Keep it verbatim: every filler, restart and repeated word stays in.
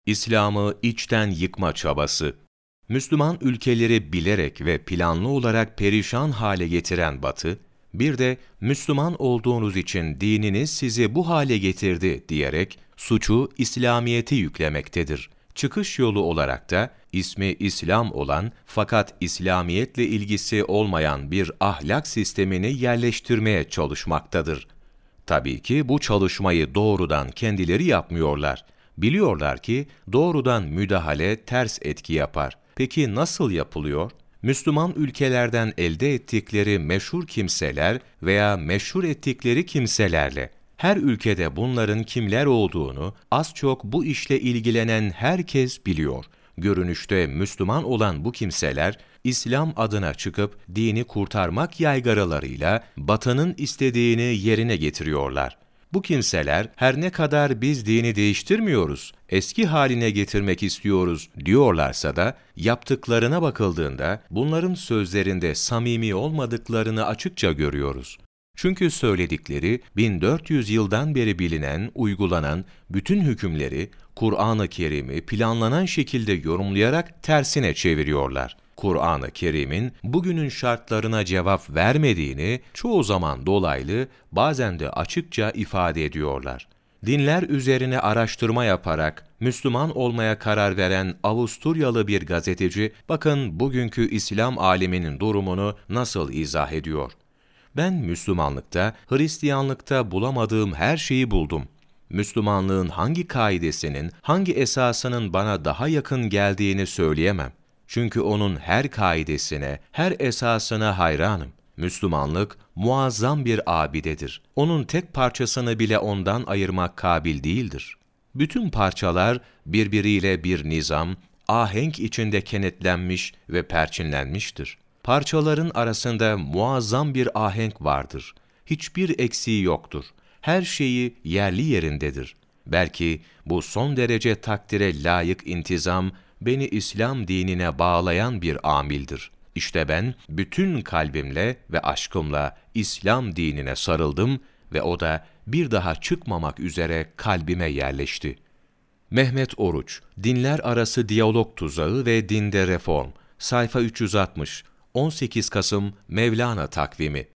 İslam'ı içten yıkma çabası. Müslüman ülkeleri bilerek ve planlı olarak perişan hale getiren Batı, bir de Müslüman olduğunuz için dininiz sizi bu hale getirdi diyerek suçu İslamiyet'i yüklemektedir. Çıkış yolu olarak da ismi İslam olan fakat İslamiyetle ilgisi olmayan bir ahlak sistemini yerleştirmeye çalışmaktadır. Tabii ki bu çalışmayı doğrudan kendileri yapmıyorlar. Biliyorlar ki doğrudan müdahale ters etki yapar. Peki nasıl yapılıyor? Müslüman ülkelerden elde ettikleri meşhur kimseler veya meşhur ettikleri kimselerle. Her ülkede bunların kimler olduğunu az çok bu işle ilgilenen herkes biliyor. Görünüşte Müslüman olan bu kimseler, İslam adına çıkıp dini kurtarmak yaygaralarıyla Batı'nın istediğini yerine getiriyorlar. Bu kimseler her ne kadar biz dini değiştirmiyoruz, eski haline getirmek istiyoruz diyorlarsa da yaptıklarına bakıldığında bunların sözlerinde samimi olmadıklarını açıkça görüyoruz. Çünkü söyledikleri bin dört yüz yıldan beri bilinen, uygulanan bütün hükümleri Kur'an-ı Kerim'i planlanan şekilde yorumlayarak tersine çeviriyorlar. Kur'an-ı Kerim'in bugünün şartlarına cevap vermediğini çoğu zaman dolaylı, bazen de açıkça ifade ediyorlar. Dinler üzerine araştırma yaparak Müslüman olmaya karar veren Avusturyalı bir gazeteci, bakın bugünkü İslam aleminin durumunu nasıl izah ediyor. Ben Müslümanlıkta, Hristiyanlıkta bulamadığım her şeyi buldum. Müslümanlığın hangi kaidesinin, hangi esasının bana daha yakın geldiğini söyleyemem. Çünkü onun her kaidesine, her esasına hayranım. Müslümanlık muazzam bir abidedir. Onun tek parçasını bile ondan ayırmak kabil değildir. Bütün parçalar birbiriyle bir nizam, ahenk içinde kenetlenmiş ve perçinlenmiştir. Parçaların arasında muazzam bir ahenk vardır. Hiçbir eksiği yoktur. Her şeyi yerli yerindedir. Belki bu son derece takdire layık intizam, beni İslam dinine bağlayan bir amildir. İşte ben bütün kalbimle ve aşkımla İslam dinine sarıldım ve o da bir daha çıkmamak üzere kalbime yerleşti. Mehmet Oruç, Dinler Arası Diyalog Tuzağı ve Dinde Reform, sayfa üç yüz altmış, on sekiz Kasım Mevlana takvimi.